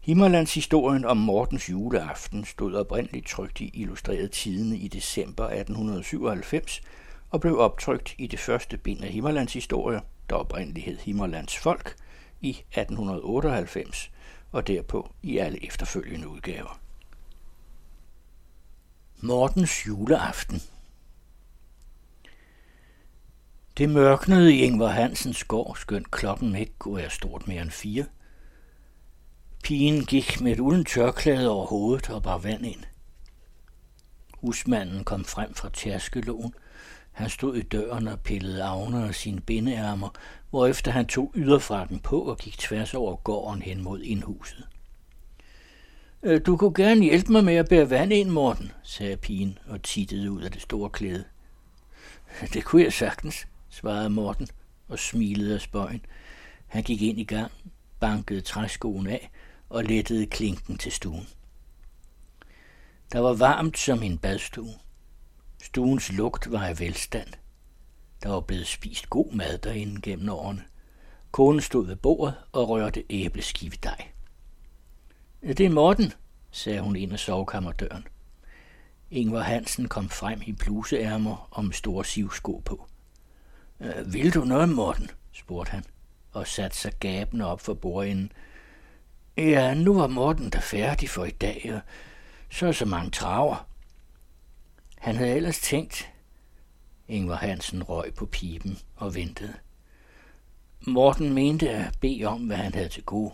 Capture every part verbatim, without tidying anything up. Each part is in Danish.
Himmerlandshistorien om Mortens juleaften stod oprindeligt trykt i Illustreret Tidende i december atten syvoghalvfems og blev optrykt i det første bind af Himmerlandshistorier, der oprindeligt hed Himmerlands Folk, i atten otteoghalvfems og derpå i alle efterfølgende udgaver. Mortens juleaften. Det mørknede i Ingvar Hansens gård, skønt klokken ikke kunne være stort mere end fire. Pigen gik med et uldent tørklæde over hovedet og bar vand ind. Husmanden kom frem fra tærskelogen. Han stod i døren og pillede avner af sine bindeærmer, hvorefter han tog yderfrakken på og gik tværs over gården hen mod indhuset. Du kunne gerne hjælpe mig med at bære vand ind, Morten, sagde pigen og tittede ud af det store klæde. Det kunne jeg sagtens, svarede Morten og smilede af spøjen. Han gik ind i gang, bankede træskoen af og lettede klinken til stuen. Der var varmt som en badstue. Stuens lugt var af velstand. Der var blevet spist god mad derinde gennem årene. Konen stod ved bordet og rørte æbleskivedej. Det er Morten, sagde hun ind ad sovekammerdøren. Ingvar Hansen kom frem i bluseærmer og med store sivsko på. Vil du noget, Morten? Spurgte han og satte sig gabende op for bordenden. Ja, nu var Morten da færdig for i dag, og så er så mange traver. Han havde ellers tænkt. Ingvar Hansen røg på piben og ventede. Morten mente at bede om, hvad han havde til gode.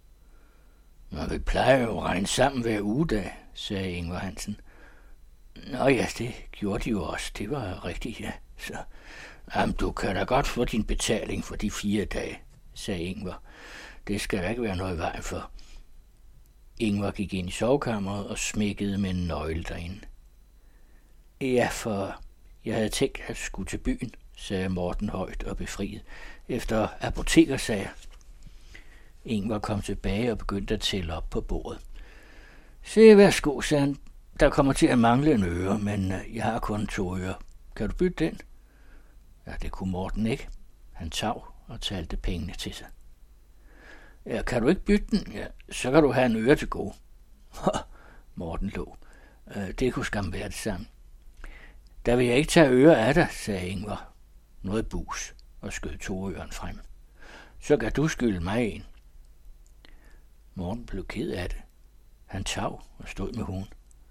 Nå, vi plejer jo at regne sammen hver ugedag, sagde Ingvar Hansen. Nå ja, det gjorde de jo også. Det var rigtigt, ja. Så, jamen, du kan da godt få din betaling for de fire dage, sagde Ingvar. Det skal der ikke være noget vej for. Ingvar gik ind i sovekammeret og smækkede med en nøgle derinde. Ja, for jeg havde tænkt at skulle til byen, sagde Morten højt og befriet, efter apotekersager. Ingvar kom tilbage og begyndte at tælle op på bordet. Se, værsgo, sagde han. Der kommer til at mangle en øre, men jeg har kun to ører. Kan du bytte den? Ja, det kunne Morten ikke. Han tav og talte pengene til sig. Ja, kan du ikke bytte den? Ja, så kan du have en øre til gode. Morten lå. Det kunne skam være det samme. Der vil jeg ikke tage øre af dig, sagde Ingvar. Noget bus og skød to øren frem. Så kan du skylde mig en. Morten blev ked af det. Han tav og stod med hunden.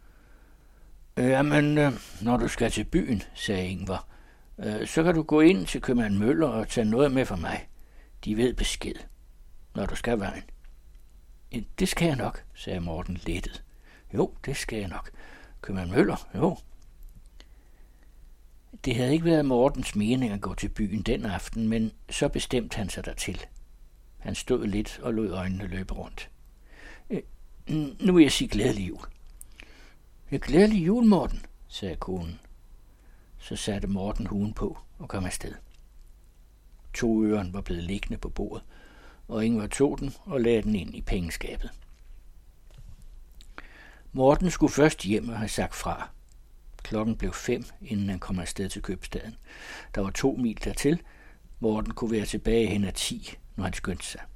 Jamen, når du skal til byen, sagde Ingvar, så kan du gå ind til købmand Møller og tage noget med for mig. De ved besked, når du skal vejen. Det skal jeg nok, sagde Morten lettet. Jo, det skal jeg nok. Købmand Møller, jo. Det havde ikke været Mortens mening at gå til byen den aften, men så bestemte han sig dertil. Han stod lidt og lod øjnene løbe rundt. Nu vil jeg sige glædelig jul. Ja, glædelig jul, Morten, sagde konen. Så satte Morten huen på og kom afsted. To øren var blevet liggende på bordet, og Ingvar tog den og lagde den ind i pengeskabet. Morten skulle først hjem og have sagt fra. Klokken blev fem, inden han kom afsted til købstaden. Der var to mil dertil. Morten kunne være tilbage hen ad ti, når han skyndte sig.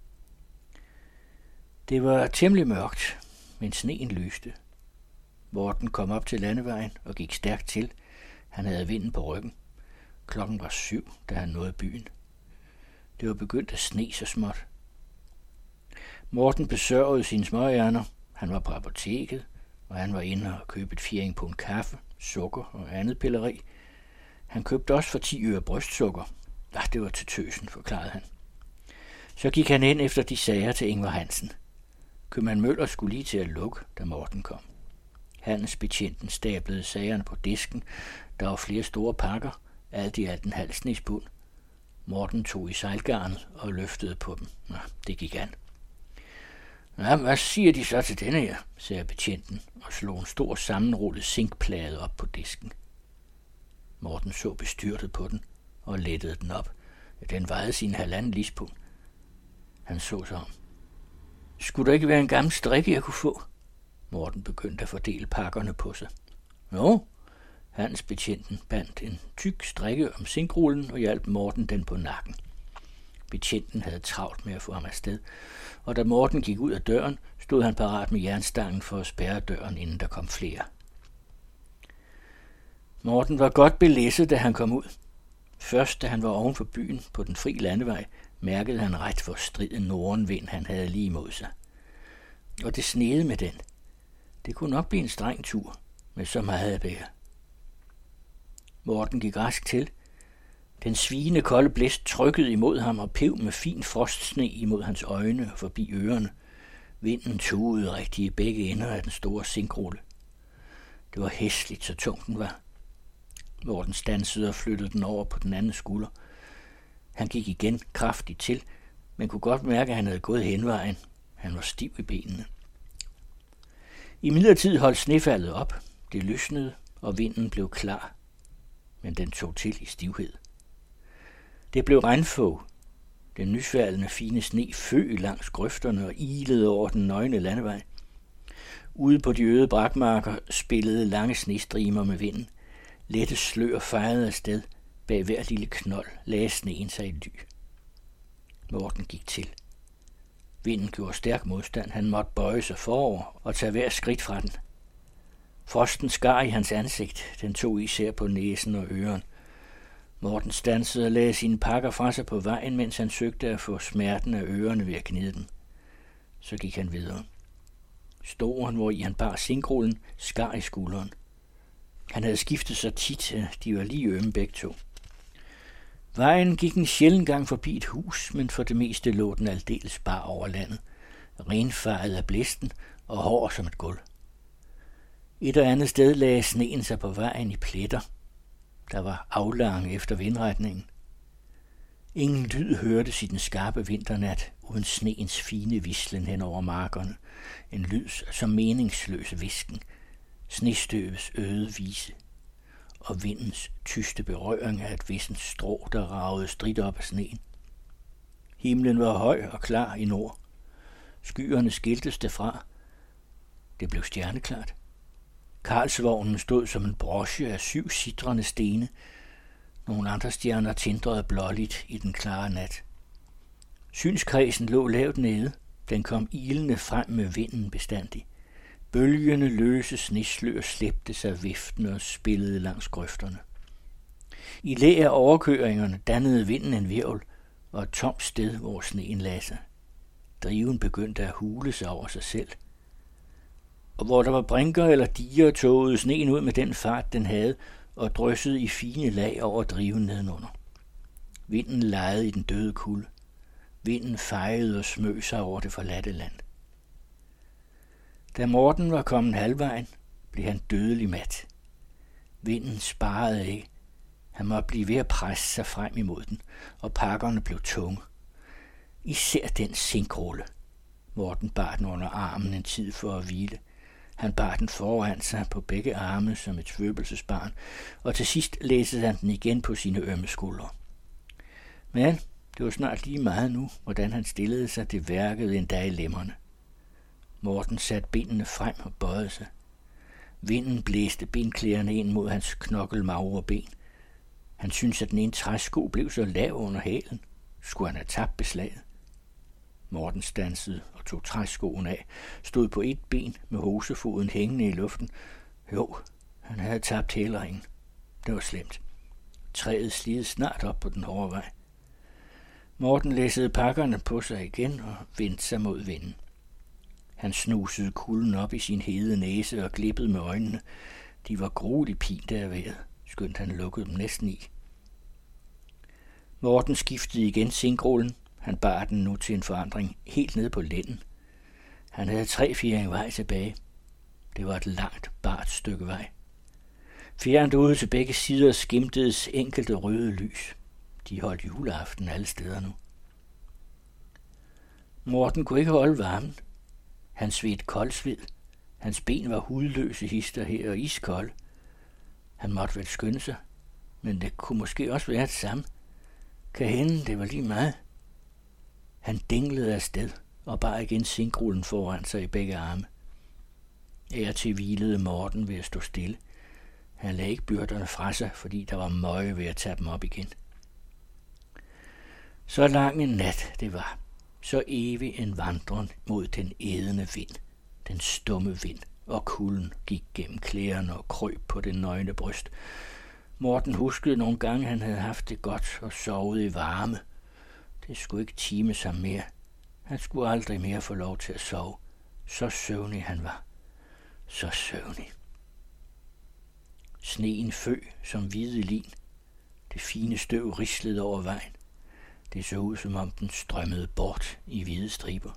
Det var temmelig mørkt, men sneen lyste. Morten kom op til landevejen og gik stærkt til. Han havde vinden på ryggen. Klokken var syv, da han nåede byen. Det var begyndt at sne så småt. Morten besørgede sine småærner. Han var på apoteket, og han var inde og købte et fjering på en kaffe, sukker og andet pilleri. Han købte også for ti øre brystsukker. Ja, det var til tøsen, forklarede han. Så gik han ind efter de sager til Ingvar Hansen. Købmand Møller skulle lige til at lukke, da Morten kom. Handelsbetjenten stablede sagerne på disken. Der var flere store pakker, alt i alt en halv snesbund. Morten tog i sejlgarnet og løftede på dem. Nå, det gik an. Ja, hvad siger de så til denne her, sagde betjenten og slog en stor sammenrullet zinkplade op på disken. Morten så bestyrtet på den og lettede den op. Den vejede sin halvanden lispund. Han så sig om. Skulle der ikke være en gammel strikke, jeg kunne få? Morten begyndte at fordele pakkerne på sig. Jo, handelsbetjenten bandt en tyk strikke om zinkrullen og hjalp Morten den på nakken. Betjenten havde travlt med at få ham afsted, og da Morten gik ud af døren, stod han parat med jernstangen for at spærre døren, inden der kom flere. Morten var godt belæsset, da han kom ud. Først, da han var oven for byen på den fri landevej, mærkede han ret for striden nordenvind, han havde lige imod sig. Og det snede med den. Det kunne nok blive en streng tur, med så meget at bære. Morten gik rask til. Den svigende kolde blæst trykkede imod ham og pev med fin frostsne imod hans øjne og forbi ørerne. Vinden tugede rigtig i begge ender af den store sinkrulle. Det var hæsligt, så tung den var. Morten standsede og flyttede den over på den anden skulder. Han gik igen kraftigt til, men kunne godt mærke, at han havde gået henvejen. Han var stiv i benene. I midlertid holdt snefaldet op. Det lysnede, og vinden blev klar. Men den tog til i stivhed. Det blev regnfog. Den nysfaldende fine sne føg langs grøfterne og ilede over den nøgne landevej. Ude på de øde brakmarker spillede lange snestrimer med vinden. Lette slør fejrede afsted. Bag hver lille knold lagde sneen sig i ly. Morten gik til. Vinden gjorde stærk modstand. Han måtte bøje sig forover og tage hver skridt fra den. Frosten skar i hans ansigt. Den tog især på næsen og øren. Morten standsede og lagde sine pakker fra sig på vejen, mens han søgte at få smerten af ørerne ved at gnide dem. Så gik han videre. Storen, hvor i han bar sinkrullen, skar i skulderen. Han havde skiftet så tit, at de var lige ømme begge to. Vejen gik en sjælden gang forbi et hus, men for det meste lå den aldeles bar over landet, renfaret af blæsten og hård som et gulv. Et og andet sted lagde sneen sig på vejen i pletter, der var aflange efter vindretningen. Ingen lyd hørtes i den skarpe vinternat, uden sneens fine vislen hen over markerne, en lyd som meningsløs visken, snestøvets øde vise og vindens tyste berøring af et vissent strå, der ragede stridt op af sneen. Himlen var høj og klar i nord. Skyerne skiltes derfra. Det blev stjerneklart. Karlsvognen stod som en broche af syv sitrende stene. Nogle andre stjerner tindrede blåligt i den klare nat. Synskredsen lå lavt nede. Den kom ilende frem med vinden bestandig. Bølgende løse sneslør slæbte sig viftende og spillede langs grøfterne. I læ af overkøringerne dannede vinden en hvirvel og et tomt sted, hvor sneen lagde sig. Driven begyndte at hule sig over sig selv. Og hvor der var brinker eller diger, tågede sneen ud med den fart, den havde, og dryssede i fine lag over driven nedenunder. Vinden legede i den døde kulde. Vinden fejede og smøg sig over det forladte land. Da Morten var kommet halvvejen, blev han dødelig mat. Vinden sparede ikke. Han måtte blive ved at presse sig frem imod den, og pakkerne blev tunge. Især den sinkrulle. Morten bar den under armen en tid for at hvile. Han bar den foran sig på begge arme som et svøbelsesbarn, og til sidst læssede han den igen på sine ømme skuldre. Men det var snart lige meget nu, hvordan han stillede sig, det værkede endda i lemmerne. Morten satte benene frem og bøjede sig. Vinden blæste benklæderne ind mod hans knokkelmagre ben. Han syntes, at den ene træsko blev så lav under hælen. Skulle han have tabt beslaget? Morten standsede og tog træskoen af, stod på et ben med hosefoden hængende i luften. Jo, han havde tabt hæleringen. Det var slemt. Træet slidede snart op på den hårde vej. Morten læssede pakkerne på sig igen og vendte sig mod vinden. Han snusede kulden op i sin hede næse og glippede med øjnene. De var grueligt pinte af vejret, skønt han lukkede dem næsten i. Morten skiftede igen sinkrullen. Han bar den nu til en forandring helt ned på lænden. Han havde tre fjerde vej tilbage. Det var et langt, bart stykke vej. Fjernt ude til begge sider skimtedes enkelte røde lys. De holdt juleaften alle steder nu. Morten kunne ikke holde varmen. Han svedte koldsved. Hans ben var hudløse hister her og iskold. Han måtte vel skynde sig, men det kunne måske også være det samme. Kan hende, det var lige meget. Han dinglede afsted og bar igen sinkrullen foran sig i begge arme. Af til hvilede Morten ved at stå stille. Han lagde ikke byrderne fra sig, fordi der var møje ved at tage dem op igen. Så lang en nat det var, så evig en vandren mod den ædende vind, den stumme vind, og kulden gik gennem klæderne og krøb på det nøgne bryst. Morten huskede nogle gange, han havde haft det godt og sovet i varme. Det skulle ikke time sig mere. Han skulle aldrig mere få lov til at sove. Så søvnig han var. Så søvnig. Sneen føg som hvide lin. Det fine støv rislede over vejen. Det så ud, som om den strømmede bort i hvide striber.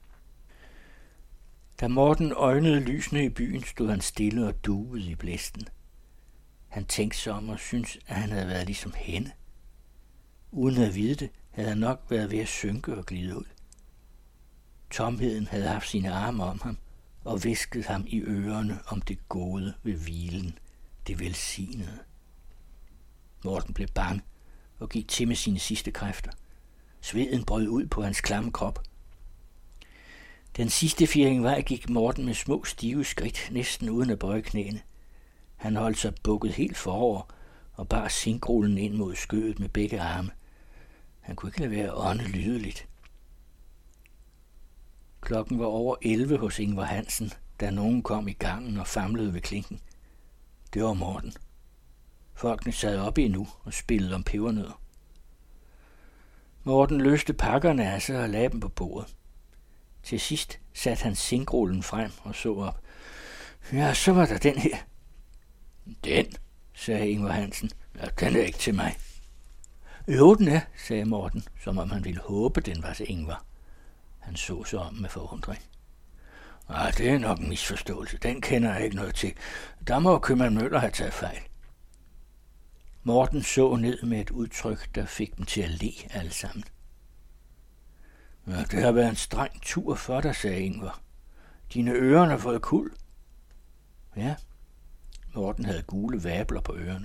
Da Morten øjnede lysene i byen, stod han stille og duede i blæsten. Han tænkte sig om og syntes, at han havde været ligesom hende. Uden at vide det, havde han nok været ved at synke og glide ud. Tomheden havde haft sine arme om ham og visket ham i ørerne om det gode ved hvilen, det velsignede. Morten blev bange og gik til med sine sidste kræfter. Sveden brød ud på hans klamme krop. Den sidste fjering vej gik Morten med små stive skridt, næsten uden at bøje knæene. Han holdt sig bukket helt forover og bar sinkrullen ind mod skødet med begge arme. Han kunne ikke lade være ånde lydeligt. Klokken var over elleve hos Ingvar Hansen, da nogen kom i gangen og famlede ved klinken. Det var Morten. Folkene sad oppe endnu og spillede om pebernødder. Morten løste pakkerne af sig og lagde dem på bordet. Til sidst satte han sinkrullen frem og så op. Ja, så var der den her. Den, sagde Ingvar Hansen. Ja, den er ikke til mig. Jo, den er, sagde Morten, som om han ville håbe, den var til Ingvar. Han så sig om med forundring. Nej, det er nok en misforståelse. Den kender jeg ikke noget til. Der må købmand Møller have taget fejl. Morten så ned med et udtryk, der fik dem til at le alle sammen. Ja, det har været en streng tur for dig, sagde Ingvar. Dine ører har fået kuld. Ja, Morten havde gule vabler på ørerne.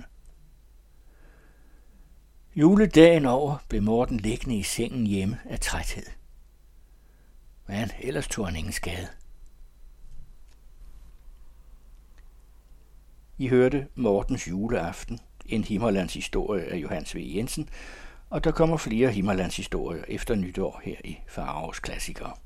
Juledagen over blev Morten liggende i sengen hjemme af træthed. Men ellers tog han ingen skade. I hørte Mortens juleaften, en Himmerlands historie af Johannes V. Jensen, og der kommer flere Himmerlands historier efter nytår her i Faraos Klassikere.